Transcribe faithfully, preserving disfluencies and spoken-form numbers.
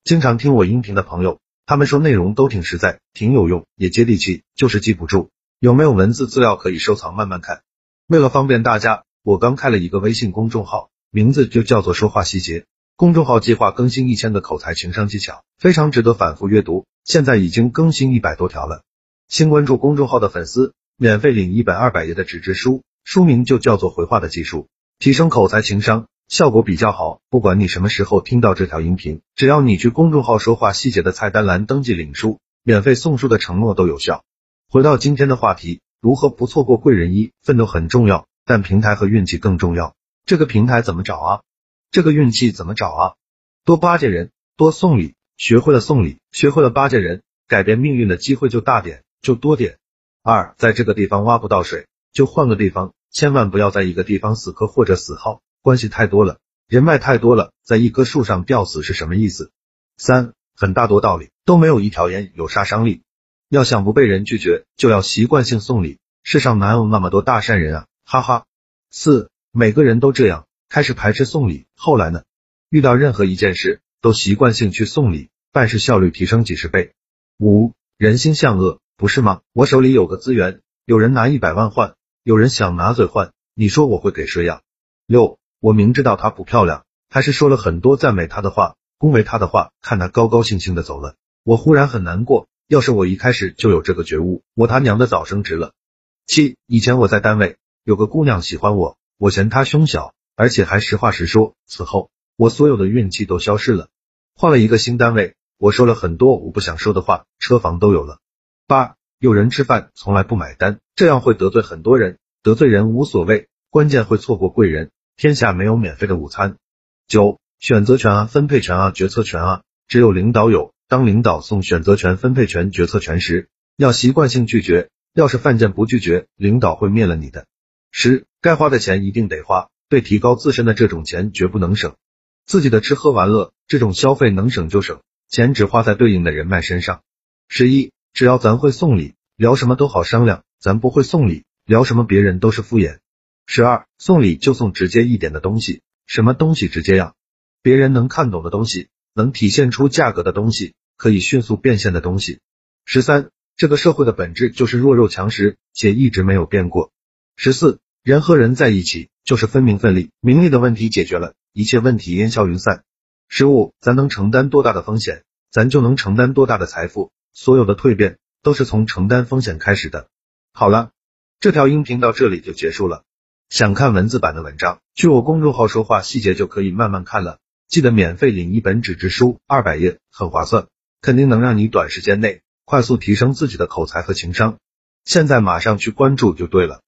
经常听我音频的朋友，他们说内容都挺实在，挺有用，也接地气，就是记不住。有没有文字资料可以收藏慢慢看？为了方便大家，我刚开了一个微信公众号，名字就叫做说话细节。公众号计划更新一千个口才情商技巧，非常值得反复阅读，现在已经更新一百多条了。新关注公众号的粉丝，免费领一本二百页的纸质书，书名就叫做回话的技术，提升口才情商，效果比较好。不管你什么时候听到这条音频，只要你去公众号说话细节的菜单栏登记领书，免费送书的承诺都有效。回到今天的话题，如何不错过贵人一？奋斗很重要，但平台和运气更重要。这个平台怎么找啊？这个运气怎么找啊？多巴结人，多送礼，学会了送礼，学会了巴结人，改变命运的机会就大点，就多点。二，在这个地方挖不到水，就换个地方，千万不要在一个地方死磕或者死耗，关系太多了，人脉太多了，在一棵树上吊死是什么意思？三，很大多道理，都没有一条烟有杀伤力。要想不被人拒绝，就要习惯性送礼，世上哪有那么多大善人啊，哈哈。四，每个人都这样，开始排斥送礼，后来呢？遇到任何一件事，都习惯性去送礼，办事效率提升几十倍。五，人心向恶，不是吗？我手里有个资源，有人拿一百万换，有人想拿嘴换，你说我会给谁呀？六，我明知道她不漂亮，还是说了很多赞美她的话，恭维她的话，看她高高兴兴的走了，我忽然很难过，要是我一开始就有这个觉悟，我他娘的早升职了。七，以前我在单位，有个姑娘喜欢我，我嫌她胸小，而且还实话实说，此后我所有的运气都消失了。换了一个新单位，我说了很多我不想说的话，车房都有了。八，有人吃饭从来不买单，这样会得罪很多人，得罪人无所谓，关键会错过贵人，天下没有免费的午餐。九，选择权啊，分配权啊，决策权啊，只有领导有，当领导送选择权、分配权、决策权时，要习惯性拒绝，要是犯贱不拒绝，领导会灭了你的。十，该花的钱一定得花，对提高自身的这种钱绝不能省。自己的吃喝玩乐，这种消费能省就省，钱只花在对应的人脉身上。十一，只要咱会送礼，聊什么都好商量，咱不会送礼，聊什么别人都是敷衍。十二，送礼就送直接一点的东西，什么东西直接呀？别人能看懂的东西，能体现出价格的东西，可以迅速变现的东西。十三，这个社会的本质就是弱肉强食，且一直没有变过。十四，人和人在一起就是分名分利，名利的问题解决了，一切问题烟消云散。十五，咱能承担多大的风险，咱就能承担多大的财富，所有的蜕变都是从承担风险开始的。好了，这条音频到这里就结束了。想看文字版的文章，去我公众号说话细节就可以慢慢看了。记得免费领一本纸质书，二百页，很划算，肯定能让你短时间内快速提升自己的口才和情商。现在马上去关注就对了。